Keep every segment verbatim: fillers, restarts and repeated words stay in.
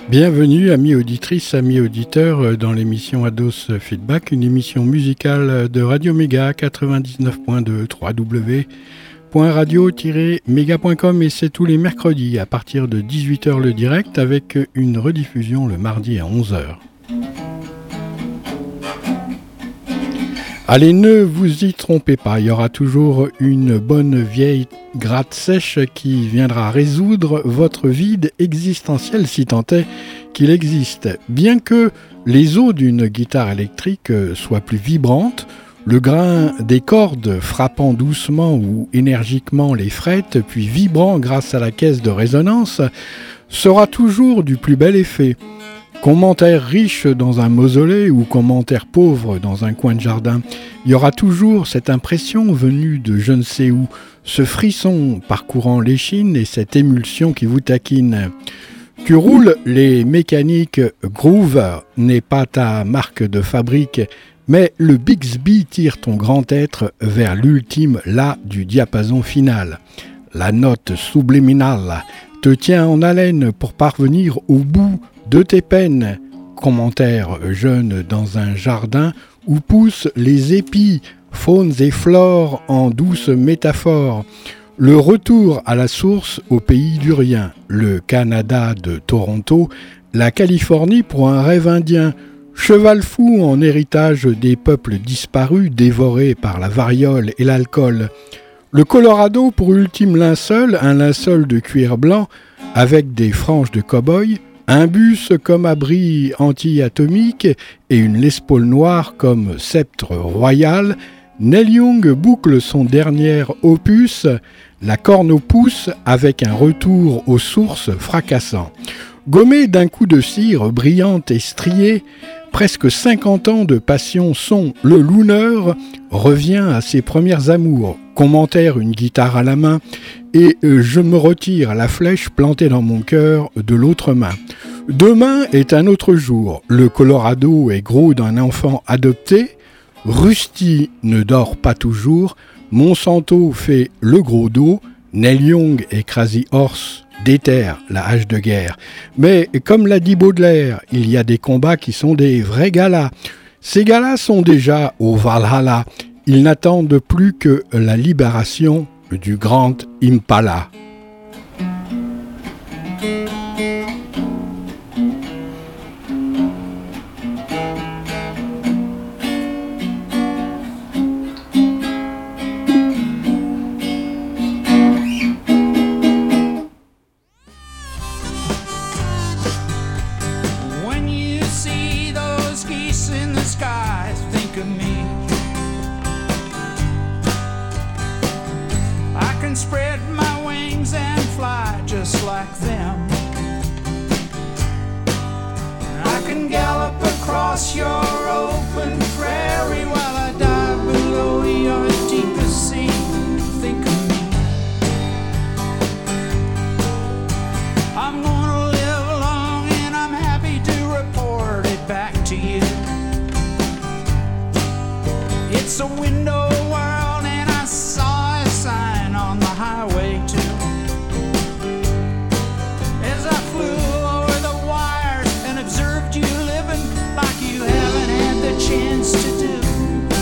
Bienvenue, amis auditrices, amis auditeurs, dans l'émission Ados Feedback, une émission musicale de Radio Méga quatre-vingt-dix-neuf point deux, w w w point radio tiret méga point com, et c'est tous les mercredis à partir de dix-huit heures le direct avec une rediffusion le mardi à onze heures. Allez, ne vous y trompez pas, il y aura toujours une bonne vieille gratte sèche qui viendra résoudre votre vide existentiel, si tant est qu'il existe. Bien que les os d'une guitare électrique soient plus vibrantes, le grain des cordes frappant doucement ou énergiquement les frettes, puis vibrant grâce à la caisse de résonance, sera toujours du plus bel effet. Commentaire riche dans un mausolée ou commentaire pauvre dans un coin de jardin, il y aura toujours cette impression venue de je ne sais où, ce frisson parcourant l'échine et cette émulsion qui vous taquine. Que roulent les mécaniques Groover n'est pas ta marque de fabrique, mais le Bixby tire ton grand être vers l'ultime La du diapason final. La note subliminale te tient en haleine pour parvenir au bout de tes peines. Commentaire jeune dans un jardin où poussent les épis, faunes et flores en douce métaphore. Le retour à la source au pays du rien. Le Canada de Toronto, la Californie pour un rêve indien. Cheval fou en héritage des peuples disparus dévorés par la variole et l'alcool. Le Colorado pour ultime linceul, un linceul de cuir blanc avec des franges de cow-boy. Un bus comme abri anti-atomique et une Les Paul noire comme sceptre royal, Neil Young boucle son dernier opus, la corne au pouce, avec un retour aux sources fracassant. Gommé d'un coup de cire brillante et striée, presque cinquante ans de passion son le Looner revient à ses premières amours. Commentaire une guitare à la main et je me retire la flèche plantée dans mon cœur de l'autre main. Demain est un autre jour. Le Colorado est gros d'un enfant adopté. Rusty ne dort pas toujours. Monsanto fait le gros dos. Neil Young et Crazy Horse déterrent la hache de guerre. Mais comme l'a dit Baudelaire, il y a des combats qui sont des vrais galas. Ces galas sont déjà au Valhalla. Ils n'attendent plus que la libération du Grand Impala. Chance to do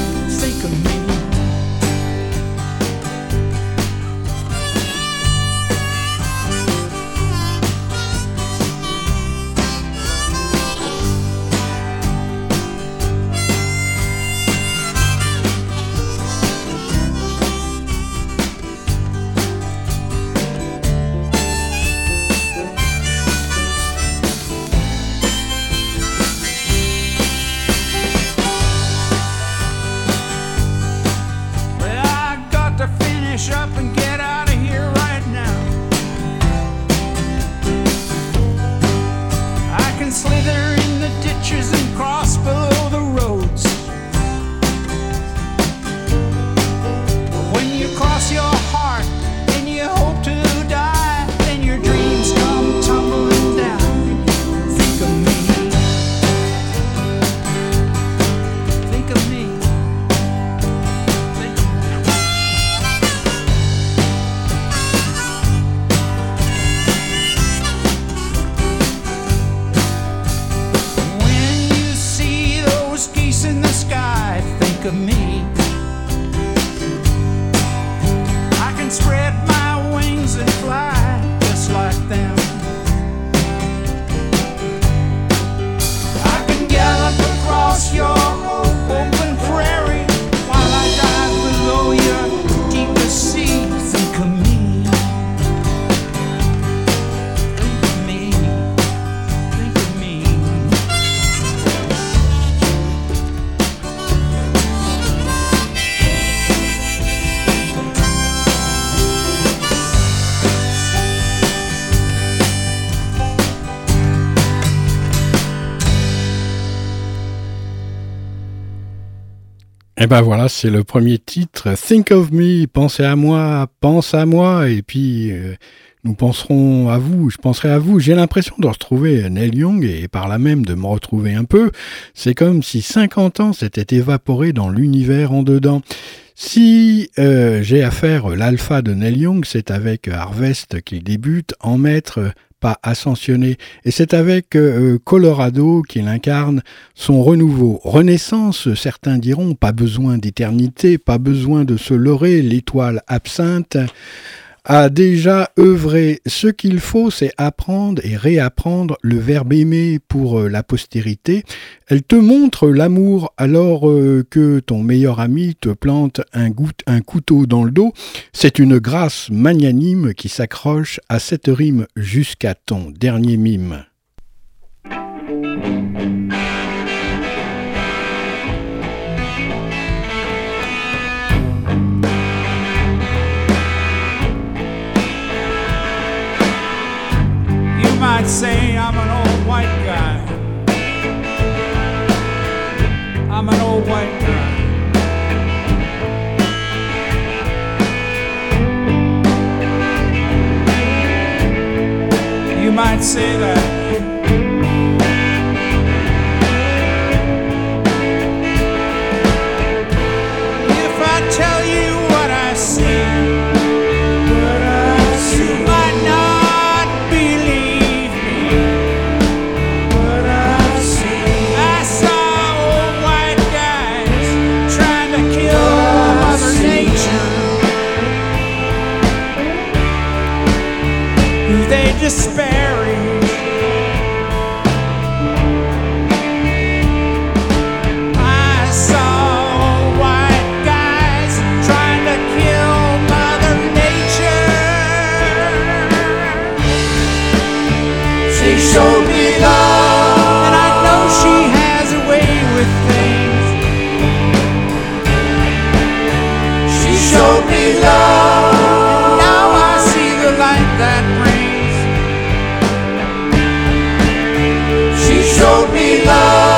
of me. I can spread my wings and fly just like them. I can gallop across your open prairie while I dive below your deepest sea. Think of me. Et ben voilà, c'est le premier titre, Think of Me, pensez à moi, pense à moi, et puis euh, nous penserons à vous, je penserai à vous. J'ai l'impression de retrouver Neil Young et par là même de me retrouver un peu. C'est comme si cinquante ans s'étaient évaporés dans l'univers en dedans. Si euh, j'ai à faire l'alpha de Neil Young, c'est avec Harvest qu'il débute en maître, pas ascensionné, et c'est avec euh, Colorado qu'il incarne son renouveau. Renaissance, certains diront, pas besoin d'éternité, pas besoin de se leurrer, l'étoile absinthe a déjà œuvré. Ce qu'il faut, c'est apprendre et réapprendre le verbe aimer pour la postérité. Elle te montre l'amour alors que ton meilleur ami te plante un, goût, un couteau dans le dos. C'est une grâce magnanime qui s'accroche à cette rime jusqu'à ton dernier mime. You might say I'm an old white guy. I'm an old white guy. You might say that. If I tell you what I see, what I see, you might not believe me. What I see, I saw old white guys trying to kill Mother Nature. Who they disparage. I saw white guys trying to kill Mother Nature. She showed me love, and I know she has a way with things. She showed me love, and now I see the light that brings. She showed me love.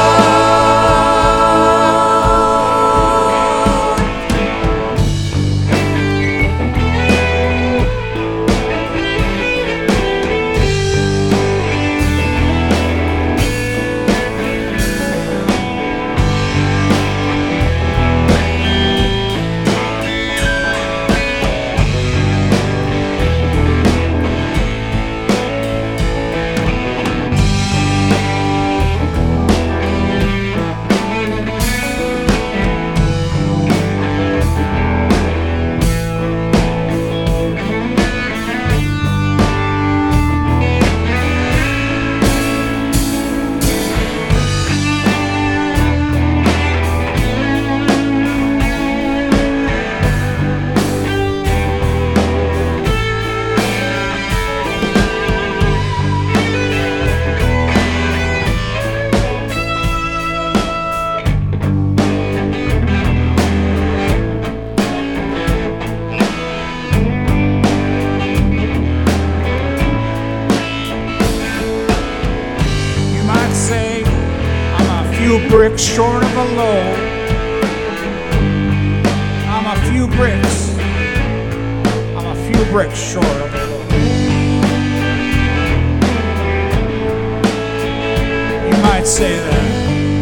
Bricks short of a load. I'm a few bricks. I'm a few bricks short of a load. You might say that.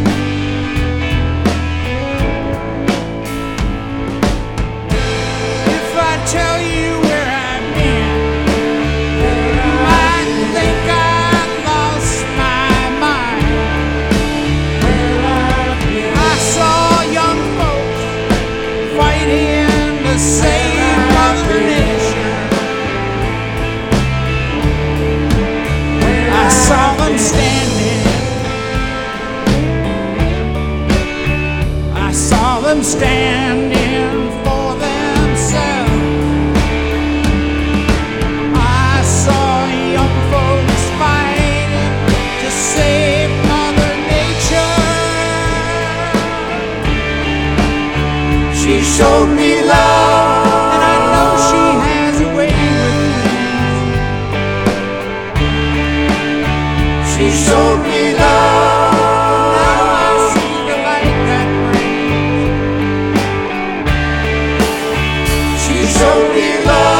If I tell you where I've been, you might think I lost my mind. I saw young folks showed me love, and I know she has a way with me. She showed me love. Now I see the light that brings. She showed me love.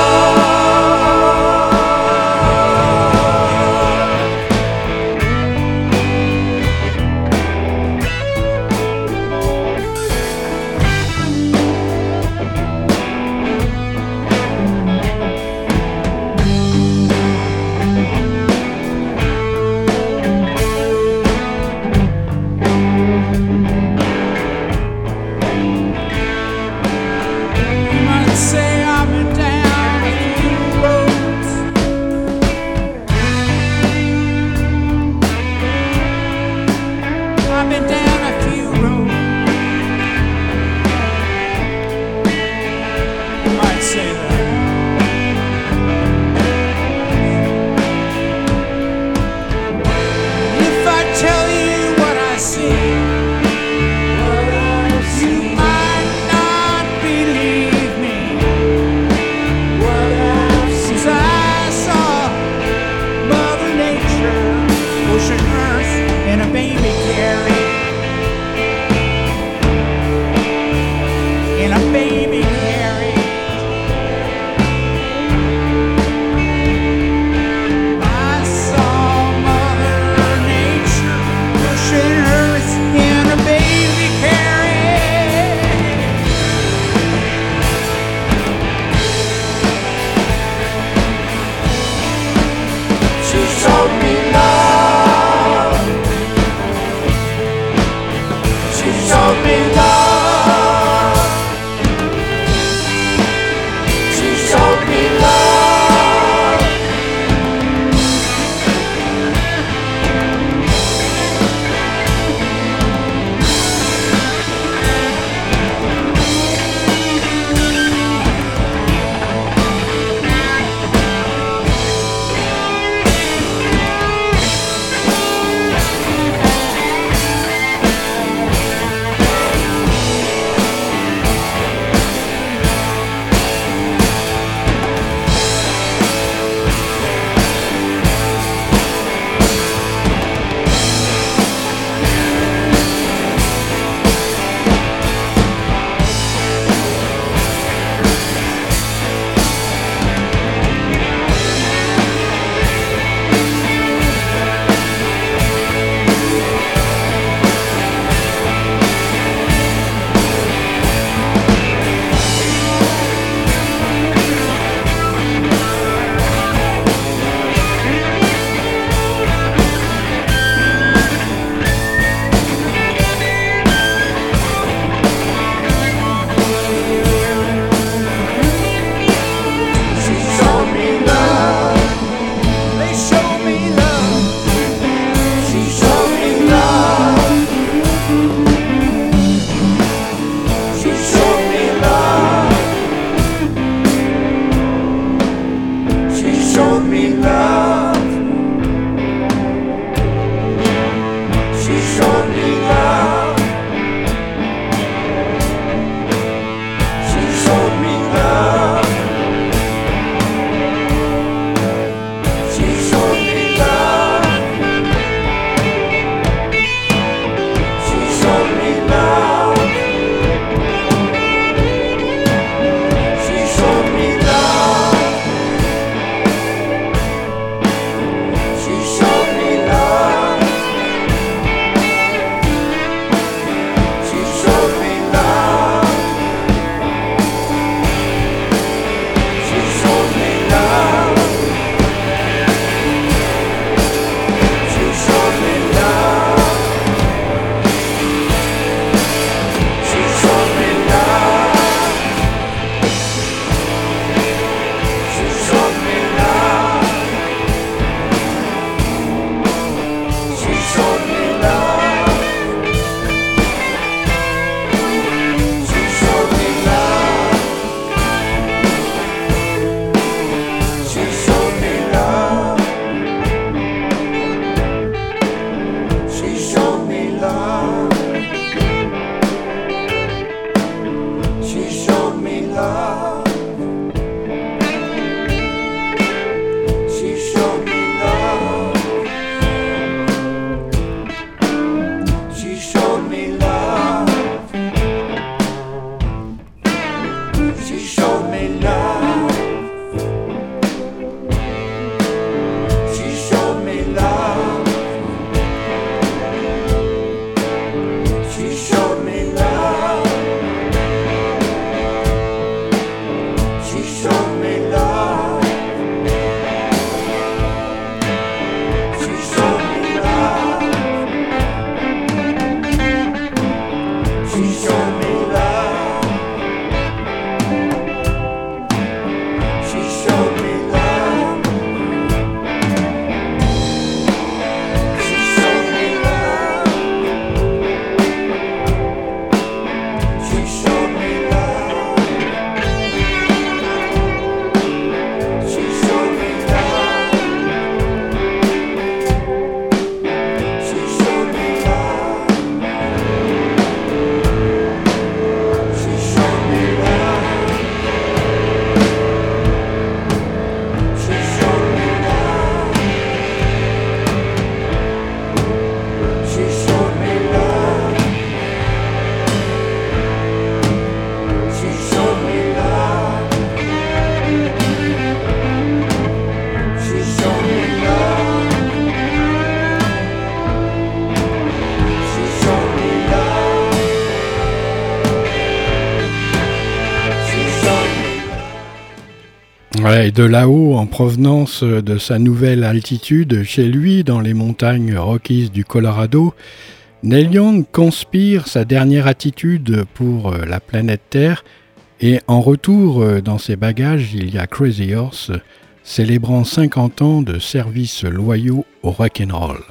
Et de là-haut, en provenance de sa nouvelle altitude, chez lui, dans les montagnes Rockies du Colorado, Neil Young conspire sa dernière attitude pour la planète Terre, et en retour, dans ses bagages, il y a Crazy Horse, célébrant cinquante ans de services loyaux au rock'n'roll.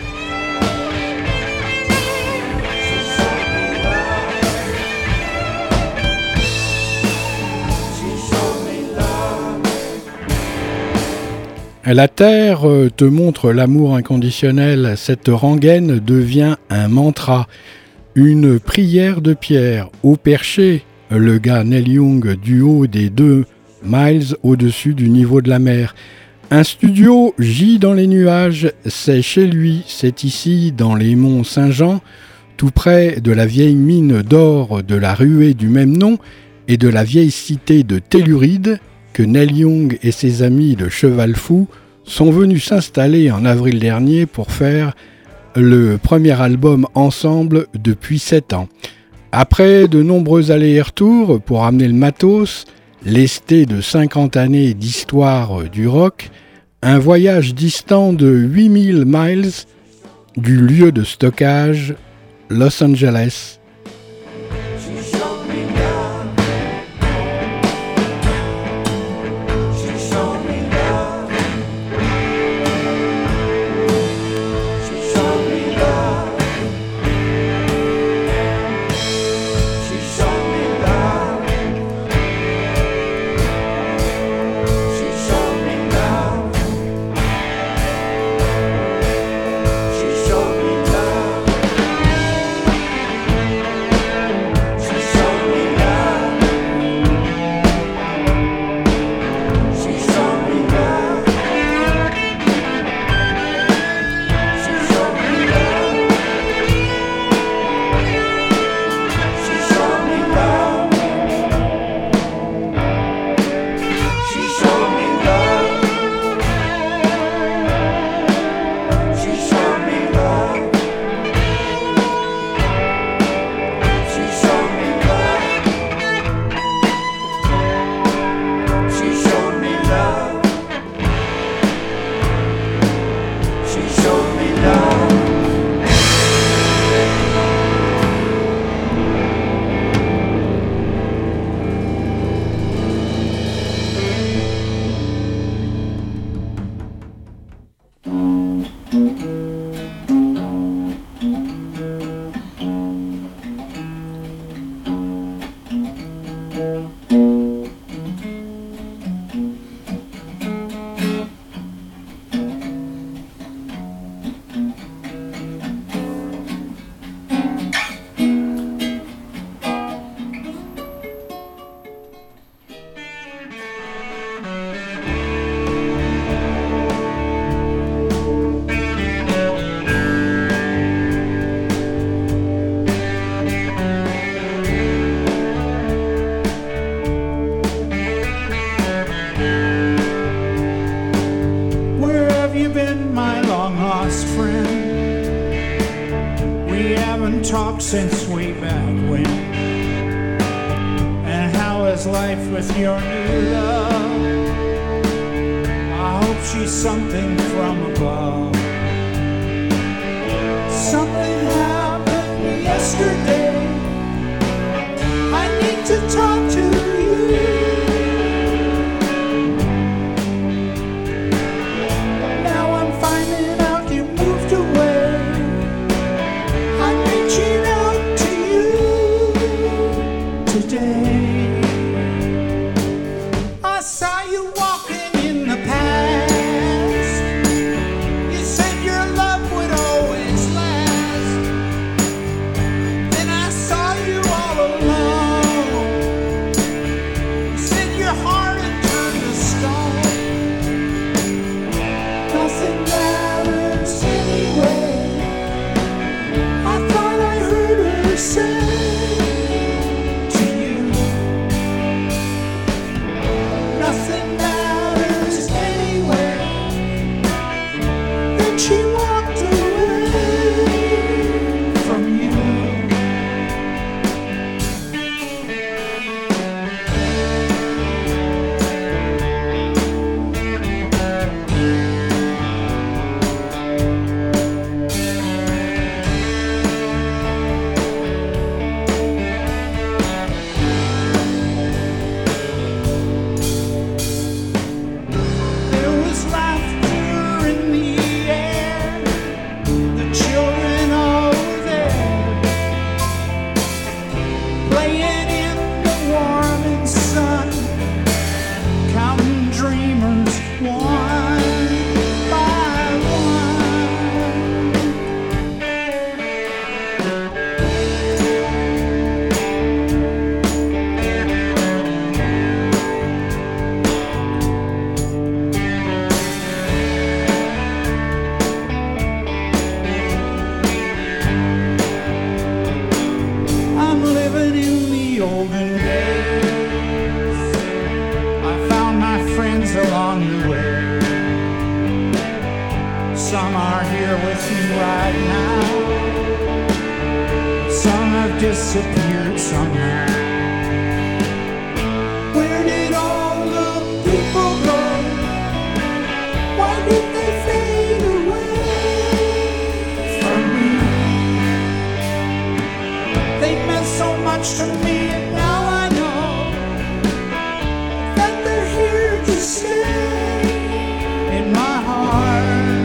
La Terre te montre l'amour inconditionnel, cette rengaine devient un mantra, une prière de pierre. Au perché, le gars Neil Young du haut des deux miles au-dessus du niveau de la mer. Un studio gît dans les nuages, c'est chez lui, c'est ici dans les monts Saint-Jean, tout près de la vieille mine d'or de la ruée du même nom et de la vieille cité de Telluride, que Neil Young et ses amis de Cheval Fou sont venus s'installer en avril dernier pour faire le premier album ensemble depuis sept ans. Après de nombreux allers et retours pour amener le matos, lesté de cinquante années d'histoire du rock, un voyage distant de huit mille miles du lieu de stockage, Los Angeles. Since way back when. And how is life with your new love? I hope she's something from above. Something happened yesterday. I need to talk to you. Now I'm finding out you moved away. I'm reaching out to you today. I saw you walking in the past. You said your love would always last. Then I saw you all alone. Some are here with me right now. Some have disappeared somehow. Where did all the people go? Why did they fade away from me? They meant so much to me, and now I know that they're here to stay in my heart.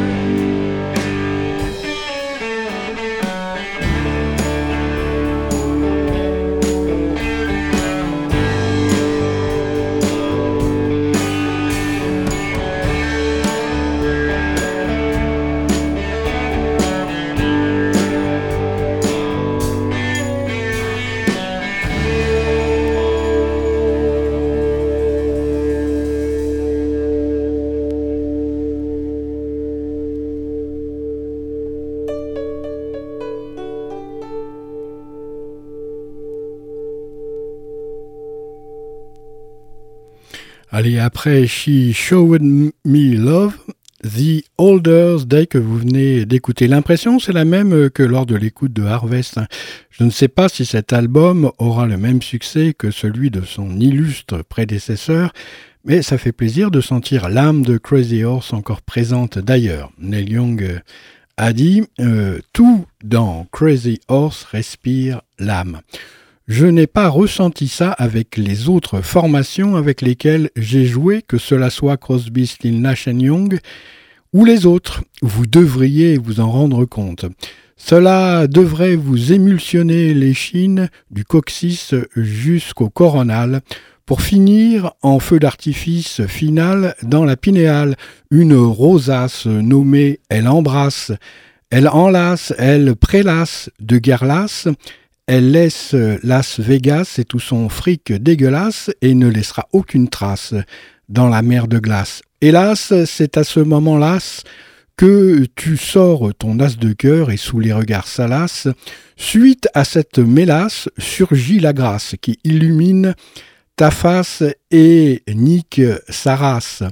Allez, après She Showed Me Love, The Older's Day que vous venez d'écouter. L'impression, c'est la même que lors de l'écoute de Harvest. Je ne sais pas si cet album aura le même succès que celui de son illustre prédécesseur, mais ça fait plaisir de sentir l'âme de Crazy Horse encore présente d'ailleurs. Neil Young a dit euh, « Tout dans Crazy Horse respire l'âme ». Je n'ai pas ressenti ça avec les autres formations avec lesquelles j'ai joué, que cela soit Crosby, Stills, Nash and Young ou les autres. Vous devriez vous en rendre compte. Cela devrait vous émulsionner les chines du coccyx jusqu'au coronal pour finir en feu d'artifice final dans la pinéale. Une rosace nommée « Elle embrasse », elle enlace, elle prélasse de guerre lasse. Elle laisse Las Vegas et tout son fric dégueulasse et ne laissera aucune trace dans la mer de glace. Hélas, c'est à ce moment-là que tu sors ton as de cœur et sous les regards salaces, suite à cette mélasse surgit la grâce qui illumine ta face et nique sa race.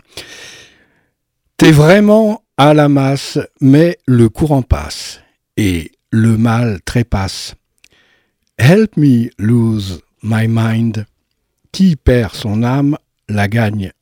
T'es vraiment à la masse, mais le courant passe et le mal trépasse. Help me lose my mind. Qui perd son âme la gagne.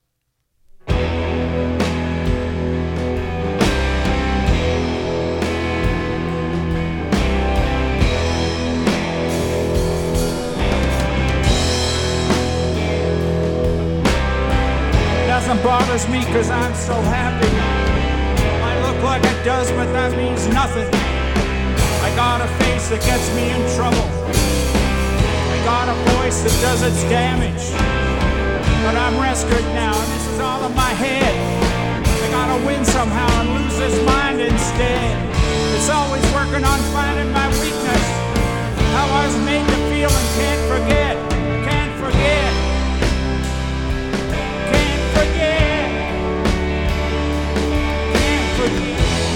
Nothing bothers me cause I'm so happy. I look like it does, but that means nothing. I got a face that gets me in trouble. I got a voice that does its damage. But I'm rescued now, and this is all in my head. I gotta win somehow and lose this mind instead. It's always working on finding my weakness. How I was made to feel and can't forget. Can't forget. Can't forget. Can't forget.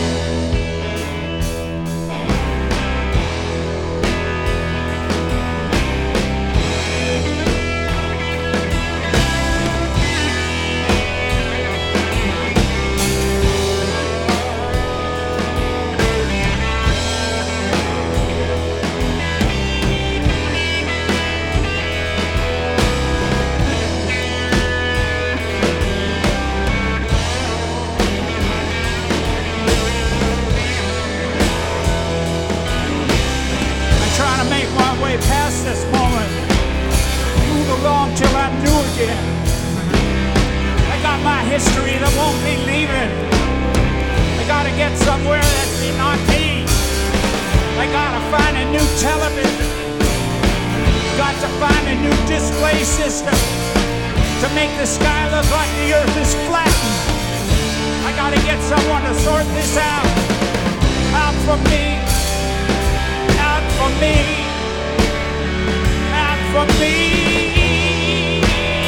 Past this moment, move along till I'm new again. I got my history that won't be leaving. I gotta get somewhere that's not me. I gotta find a new television. Got to find a new display system to make the sky look like the earth is flattened. I gotta get someone to sort this out. Out for me. Out for me. For me,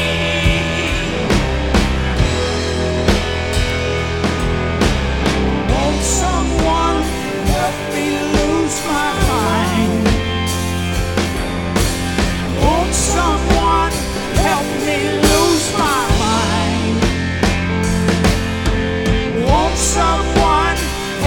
won't someone help me lose my mind? Won't someone help me lose my mind? Won't someone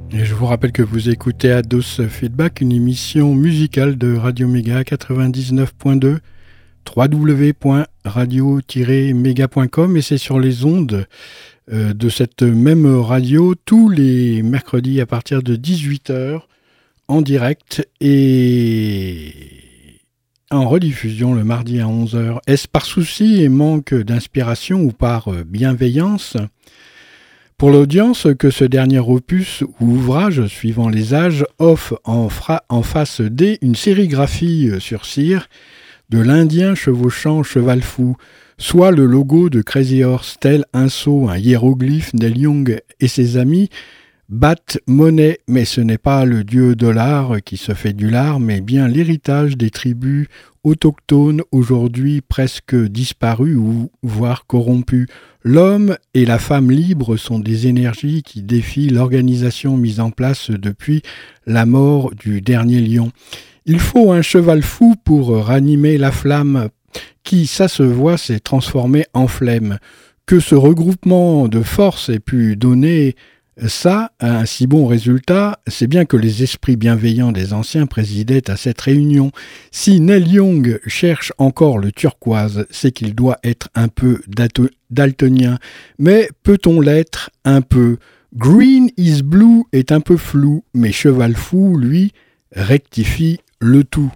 Et je vous rappelle que vous écoutez Ados Feedback, une émission musicale de Radio Méga quatre-vingt-dix-neuf point deux, w w w point radio tiret méga point com, et c'est sur les ondes euh, de cette même radio tous les mercredis à partir de dix-huit heures en direct et en rediffusion le mardi à onze heures. Est-ce par souci et manque d'inspiration ou par bienveillance pour l'audience que ce dernier opus ou ouvrage, suivant les âges, offre en, fra- en face D une sérigraphie sur cire de l'Indien chevauchant cheval fou, soit le logo de Crazy Horse, tel un sceau, un hiéroglyphe, Neil Young et ses amis battent monnaie, mais ce n'est pas le dieu dollar qui se fait du lard, mais bien l'héritage des tribus autochtones aujourd'hui presque disparues ou voire corrompues. L'homme et la femme libre sont des énergies qui défient l'organisation mise en place depuis la mort du dernier lion. Il faut un cheval fou pour ranimer la flamme qui, ça se voit, s'est transformée en flemme. Que ce regroupement de forces ait pu donner ça a un si bon résultat, c'est bien que les esprits bienveillants des anciens présidaient à cette réunion. Si Neil Young cherche encore le turquoise, c'est qu'il doit être un peu daltonien. Mais peut-on l'être un peu? Green is blue est un peu flou, mais Cheval Fou, lui, rectifie le tout.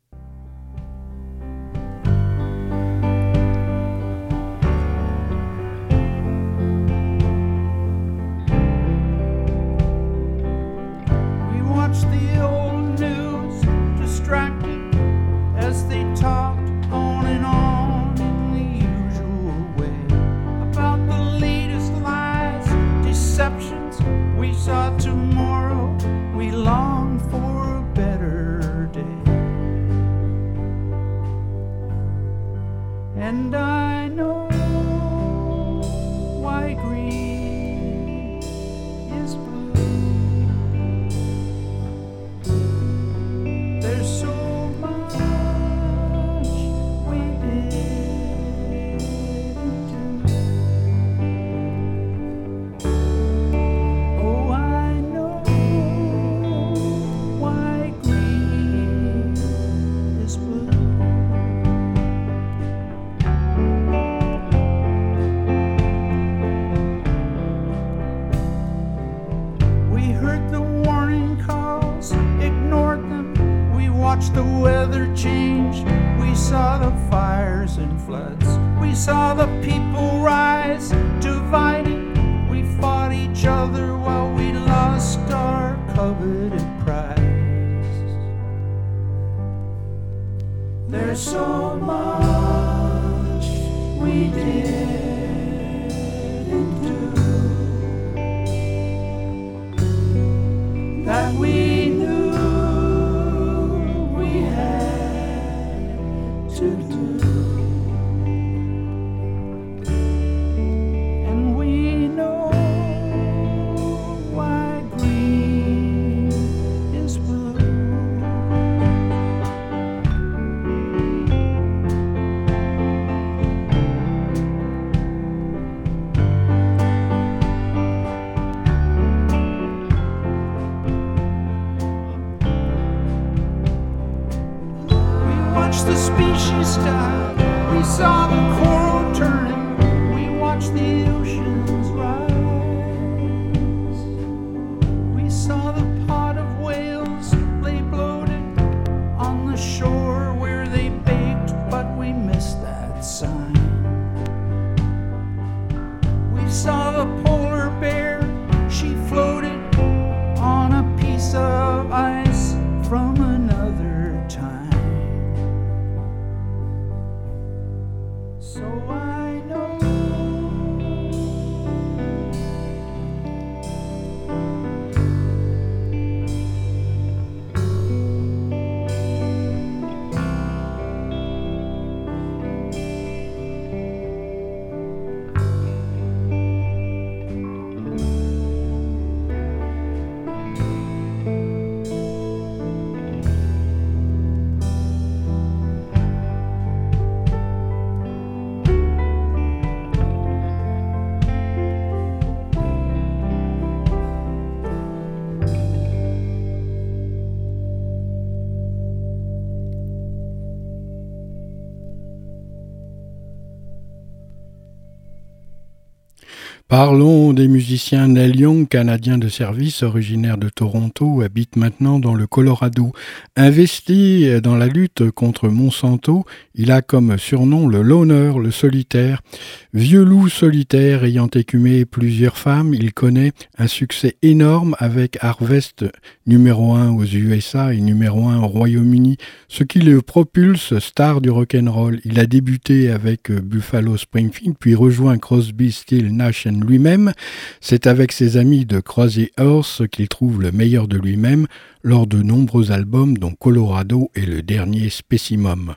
And I know why green is blue. There's so much we didn't do. Oh, I know why green is blue. Watched the weather change, we saw the fires and floods, we saw the people rise, dividing, we fought each other while we lost our coveted prize. There's so much we didn't do that we knew to do, and we know why green is blue. The species die, we saw the coral turning, we watched the oceans rise, we saw the pod of whales lay bloated on the shore where they baked, but we missed that sign. We saw the polar bear, she floated on a piece of ice from another time. So I know Parlons des musiciens. Neil Young, Canadien de service, originaire de Toronto, habite maintenant dans le Colorado. Investi dans la lutte contre Monsanto, il a comme surnom le Loner, le solitaire. Vieux loup solitaire ayant écumé plusieurs femmes, il connaît un succès énorme avec Harvest, numéro un aux U S A et numéro un au Royaume-Uni, ce qui le propulse star du rock'n'roll. Il a débuté avec Buffalo Springfield, puis rejoint Crosby, Stills, Nash and lui-même. C'est avec ses amis de Crazy Horse qu'il trouve le meilleur de lui-même lors de nombreux albums dont Colorado et le dernier Specimum.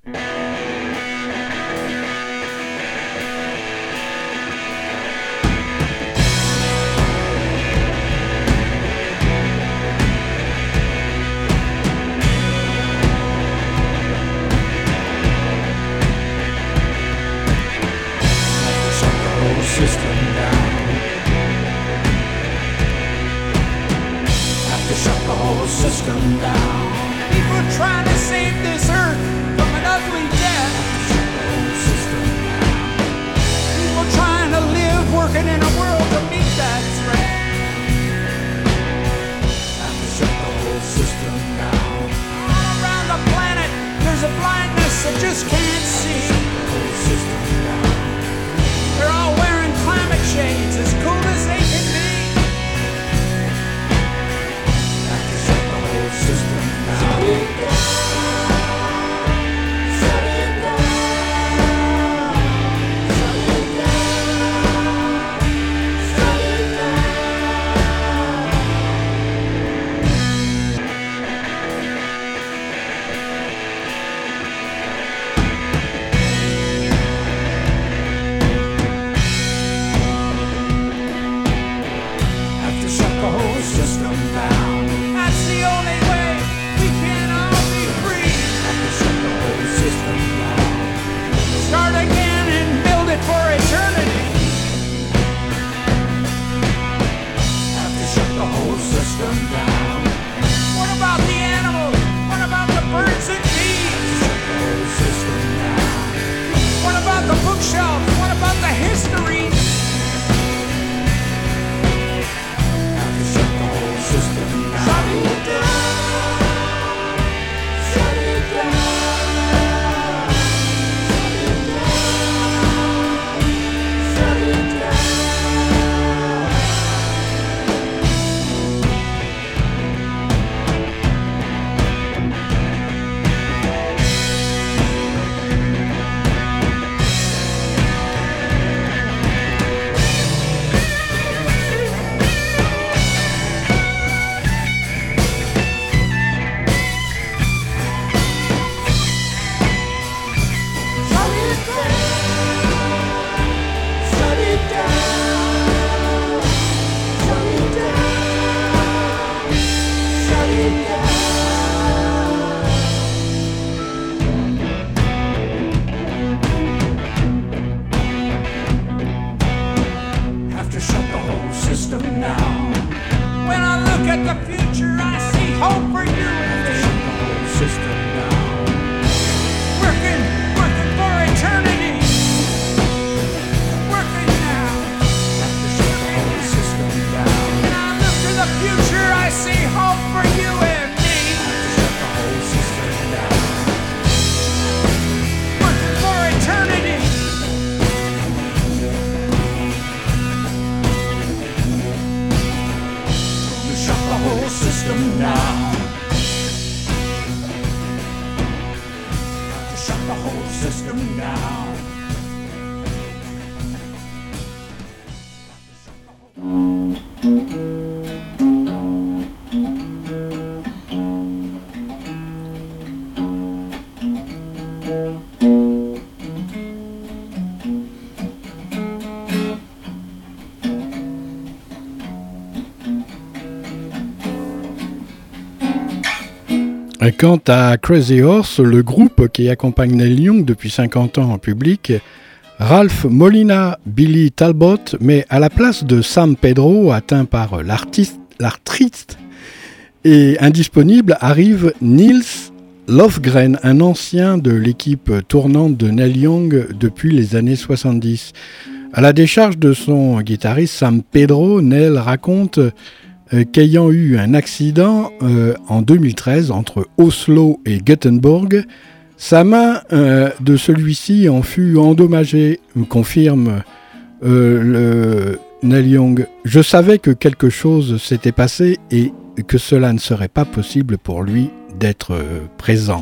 System down. People trying to save this earth from an ugly death. System down. People trying to live, working in a world to meet that threat. Have to shut the whole system down. All around the planet, there's a blindness that just can't see. The whole system down. They're all wearing climate shades, as cool as they can be. System now. Shut it down. Shut it down. Shut it down. Shut it down. Have to shut the whole system down. That's the only way we can all be free. Have to shut the whole system down. Start again and build it for eternity. Have to shut the whole system down. What about the animals? What about the birds and bees? Shut the whole system down. What about the bookshelves? What about the history? Have to shut the whole system down. Shut it down. Shut it down. Shut it down. Shut it down. Have to shut the whole system down. When I look at the future, I see hope for you. Have to shut the whole system down. Working, working for eternity. Working now. Have to shut the whole system down. When I look to the future, I see hope for you and me. Have to shut the whole system down. Working for eternity. To shut the whole system down. To shut the whole system down. Quant à Crazy Horse, le groupe qui accompagne Neil Young depuis cinquante ans en public, Ralph Molina, Billy Talbot, mais à la place de Sam Pedro, atteint par l'arthrite et indisponible, arrive Nils Lofgren, un ancien de l'équipe tournante de Neil Young depuis les années soixante-dix. À la décharge de son guitariste Sam Pedro, Neil raconte euh, qu'ayant eu un accident euh, en deux mille treize entre Oslo et Göteborg, sa main euh, de celui-ci en fut endommagée, confirme euh, le Neil Young. Je savais que quelque chose s'était passé et que cela ne serait pas possible pour lui d'être euh, présent.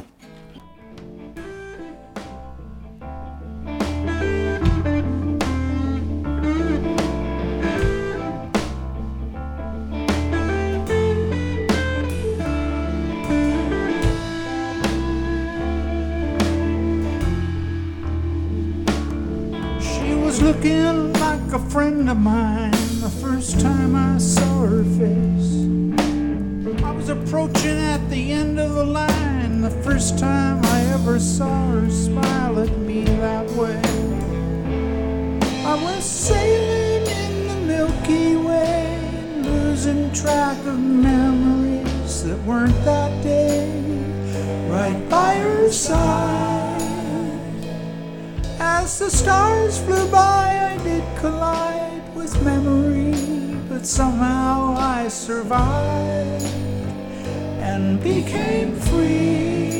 Looking like a friend of mine the first time I saw her face. I was approaching at the end of the line the first time I ever saw her smile at me that way. I was sailing in the Milky Way, losing track of memories that weren't that day, right by her side. As the stars flew by, I did collide with memory, but somehow I survived and became free.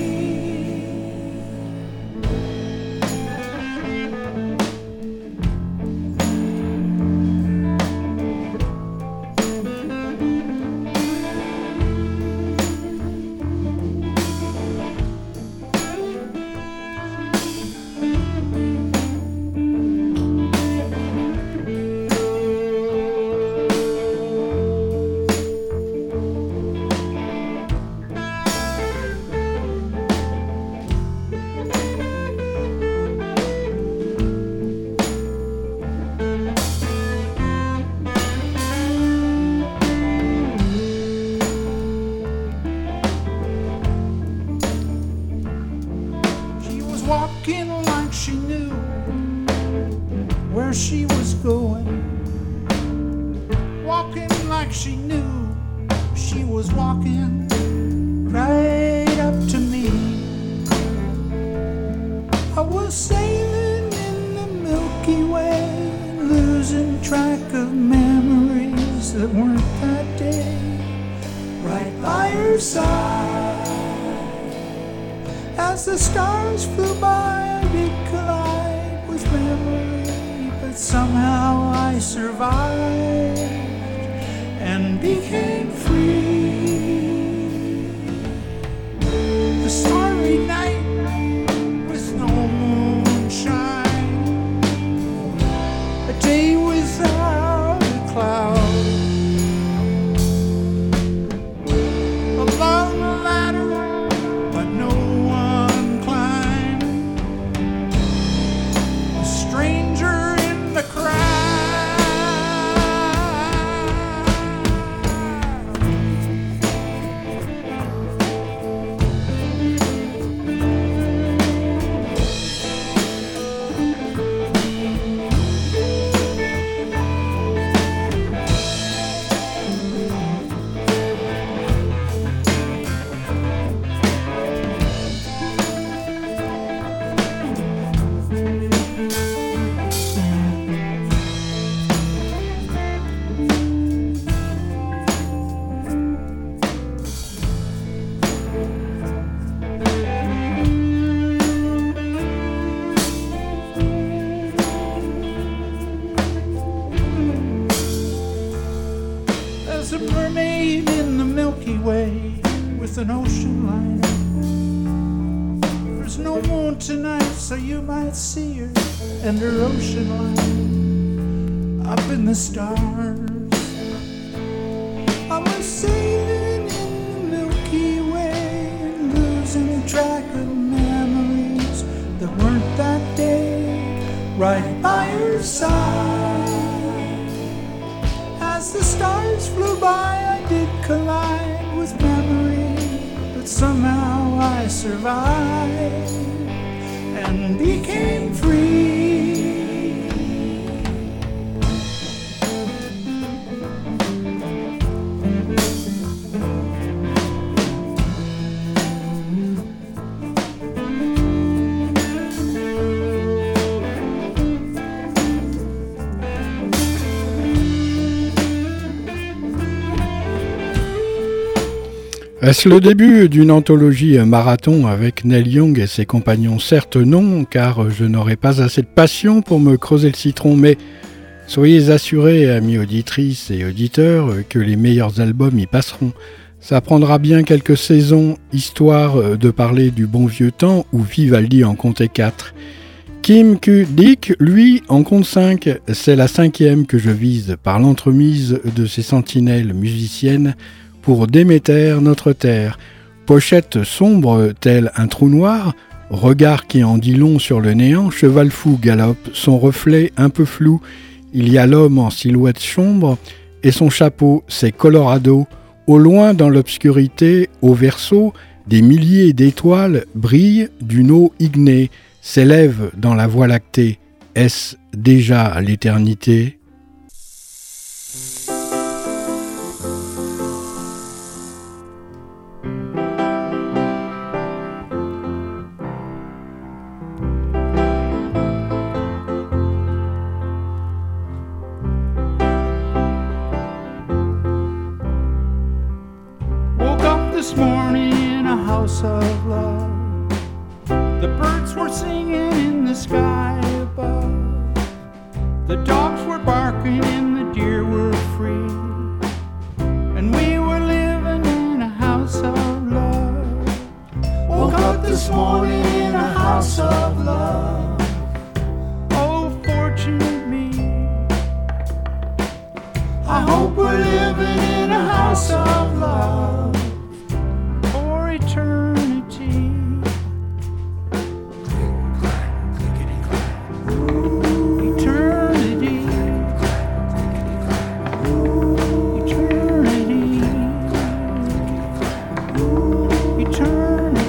An ocean liner. There's no moon tonight, so you might see her and her ocean liner up in the stars. I was sailing in the Milky Way and losing track of memories that weren't that day, right by her side. As the stars flew by, I did collide with memories. Somehow I survived and became free. Est-ce le début d'une anthologie marathon avec Neil Young et ses compagnons? Certes non, car je n'aurai pas assez de passion pour me creuser le citron, mais soyez assurés, amis auditrices et auditeurs, que les meilleurs albums y passeront. Ça prendra bien quelques saisons, histoire de parler du bon vieux temps où Vivaldi en comptait quatre. Kim Ku-dik, lui, en compte cinq. C'est la cinquième que je vise par l'entremise de ces sentinelles musiciennes pour Déméter, notre terre. Pochette sombre telle un trou noir, regard qui en dit long sur le néant, cheval fou galope, son reflet un peu flou. Il y a l'homme en silhouette sombre et son chapeau, c'est Colorado. Au loin dans l'obscurité, au verso, des milliers d'étoiles brillent d'une eau ignée, s'élèvent dans la Voie lactée. Est-ce déjà l'éternité ? This morning in a house of love, the birds were singing in the sky above, the dogs were barking and the deer were free, and we were living in a house of love. Woke up this morning in a house of love. Oh, fortunate me, I hope we're living in a house of love. Eternity. Eternity. Eternity. Eternity.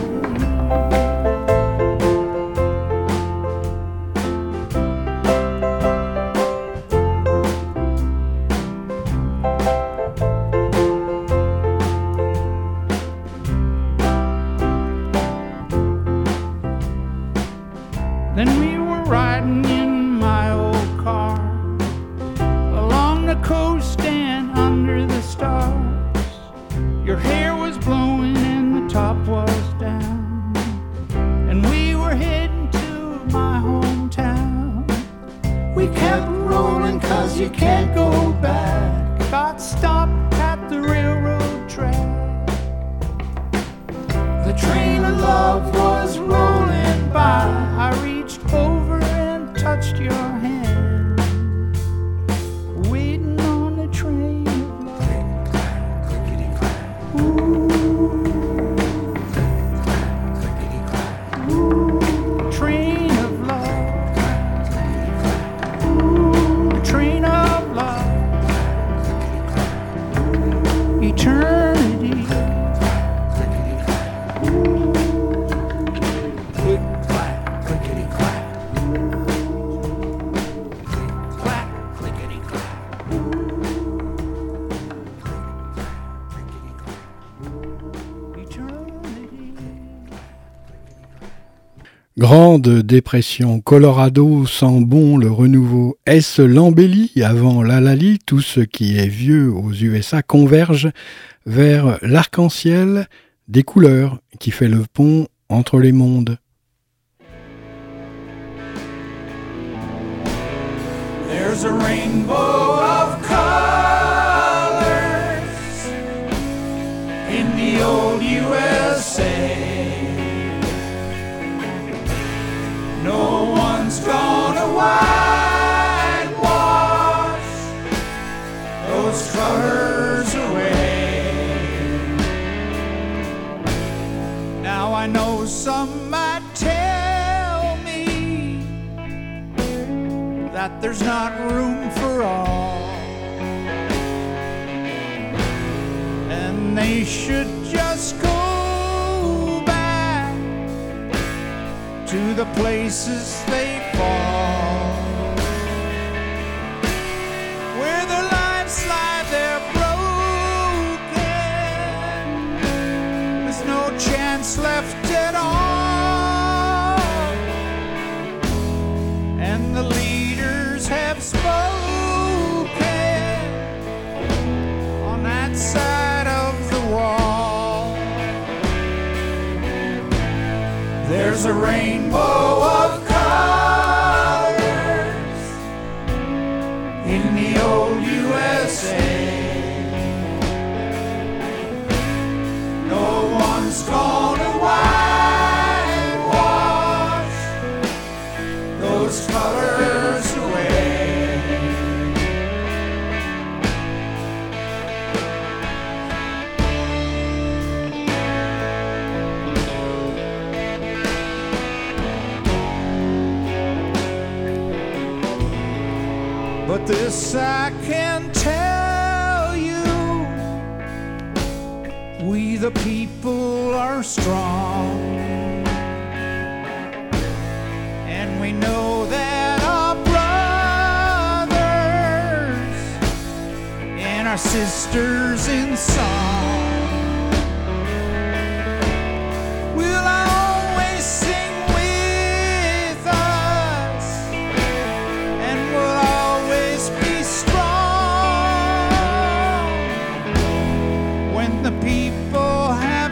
Then we were riding in my old car along the coast and under the stars. Your hair was blowing and the top was down, and we were heading to my hometown. We kept rolling 'cause you can't go back. Got stopped at the railroad track. The train of love was rolling by. I reached over and touched your hand, waiting on the train of love. Click, clack, clickety, clack. Ooh. Click, clack, clickety, clack. Ooh. Train of love. Clack, clickety, clack. Ooh. Train of love. Clack, clickety, clack. Eternity. Clack, clickety, clack. Ooh. Click, clack. Clickety clack, click clack, clickety clack, click clack, eternity. Grande dépression, Colorado sent bon le renouveau. Est-ce l'embellie avant l'Alali? Tout ce qui est vieux aux U S A converge vers l'arc-en-ciel des couleurs qui fait le pont entre les mondes. There's a rainbow of colors in the old U S A. No one's gonna whitewash those colors away. Now I know some might tell me that there's not room for all, and they should just go back to the places they fall, where their lives lie there broken, with no chance left at all, and the leaders have spoken on that side of the wall. There's a rainbow of colors in the old U S A. No one's gonna whitewash those colors away. But this I can tell you, we the people are strong, and we know that our brothers and our sisters in song will always sing with us, and will always be strong when the people have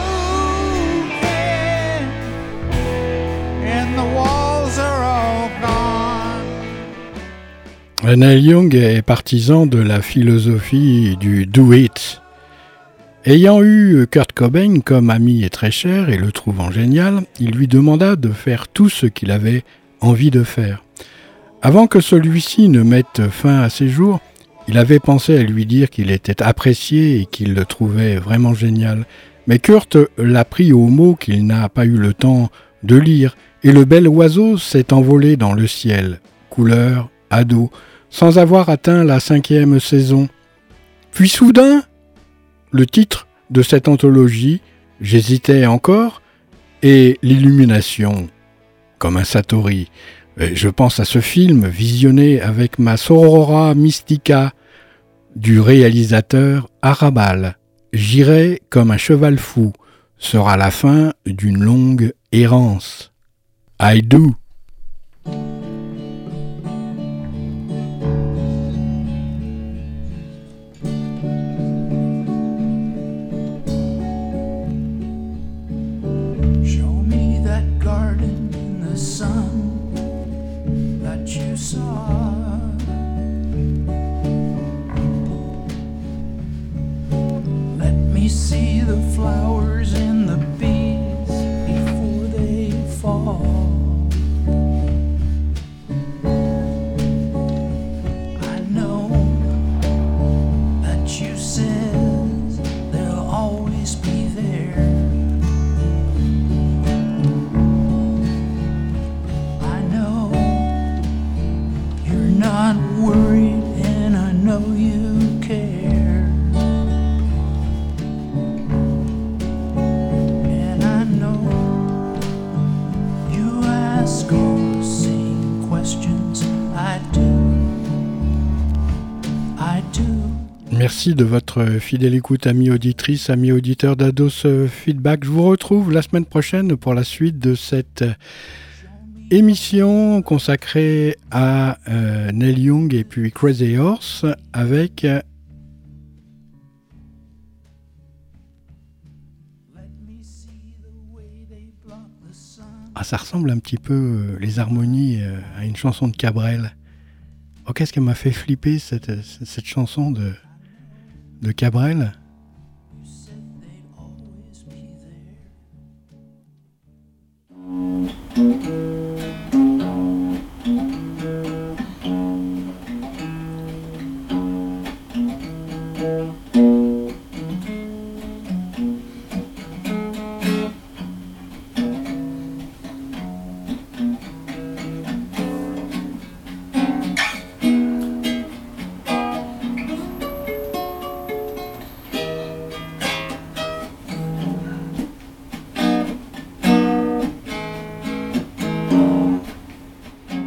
spoken and the walls are all gone. Neil Young est partisan de la philosophie du do it. Ayant eu Kurt Cobain comme ami et très cher et le trouvant génial, il lui demanda de faire tout ce qu'il avait envie de faire. Avant que celui-ci ne mette fin à ses jours, il avait pensé à lui dire qu'il était apprécié et qu'il le trouvait vraiment génial. Mais Kurt l'a pris au mot qu'il n'a pas eu le temps de lire, et le bel oiseau s'est envolé dans le ciel, couleur ado, sans avoir atteint la cinquième saison. Puis soudain, le titre de cette anthologie, j'hésitais encore, et l'illumination, comme un Satori. Je pense à ce film visionné avec ma Sorora Mystica du réalisateur Arabal. J'irai comme un cheval fou sera la fin d'une longue errance. I do. Show me that garden in the sun that you saw. Let me see the flowers and the bees before they fall. I know that you said they'll always be there. I know you're not worried, and I know you care. And I know you ask all the same questions. I do, I do. Merci de votre fidèle écoute, amis auditrices, amis auditeurs d'Ados Feedback. Je vous retrouve la semaine prochaine pour la suite de cette émission consacrée à euh, Neil Young et puis Crazy Horse avec euh, ah, ça ressemble un petit peu euh, les harmonies euh, à une chanson de Cabrel. Oh, qu'est-ce qu'elle m'a fait flipper cette, cette chanson de, de Cabrel.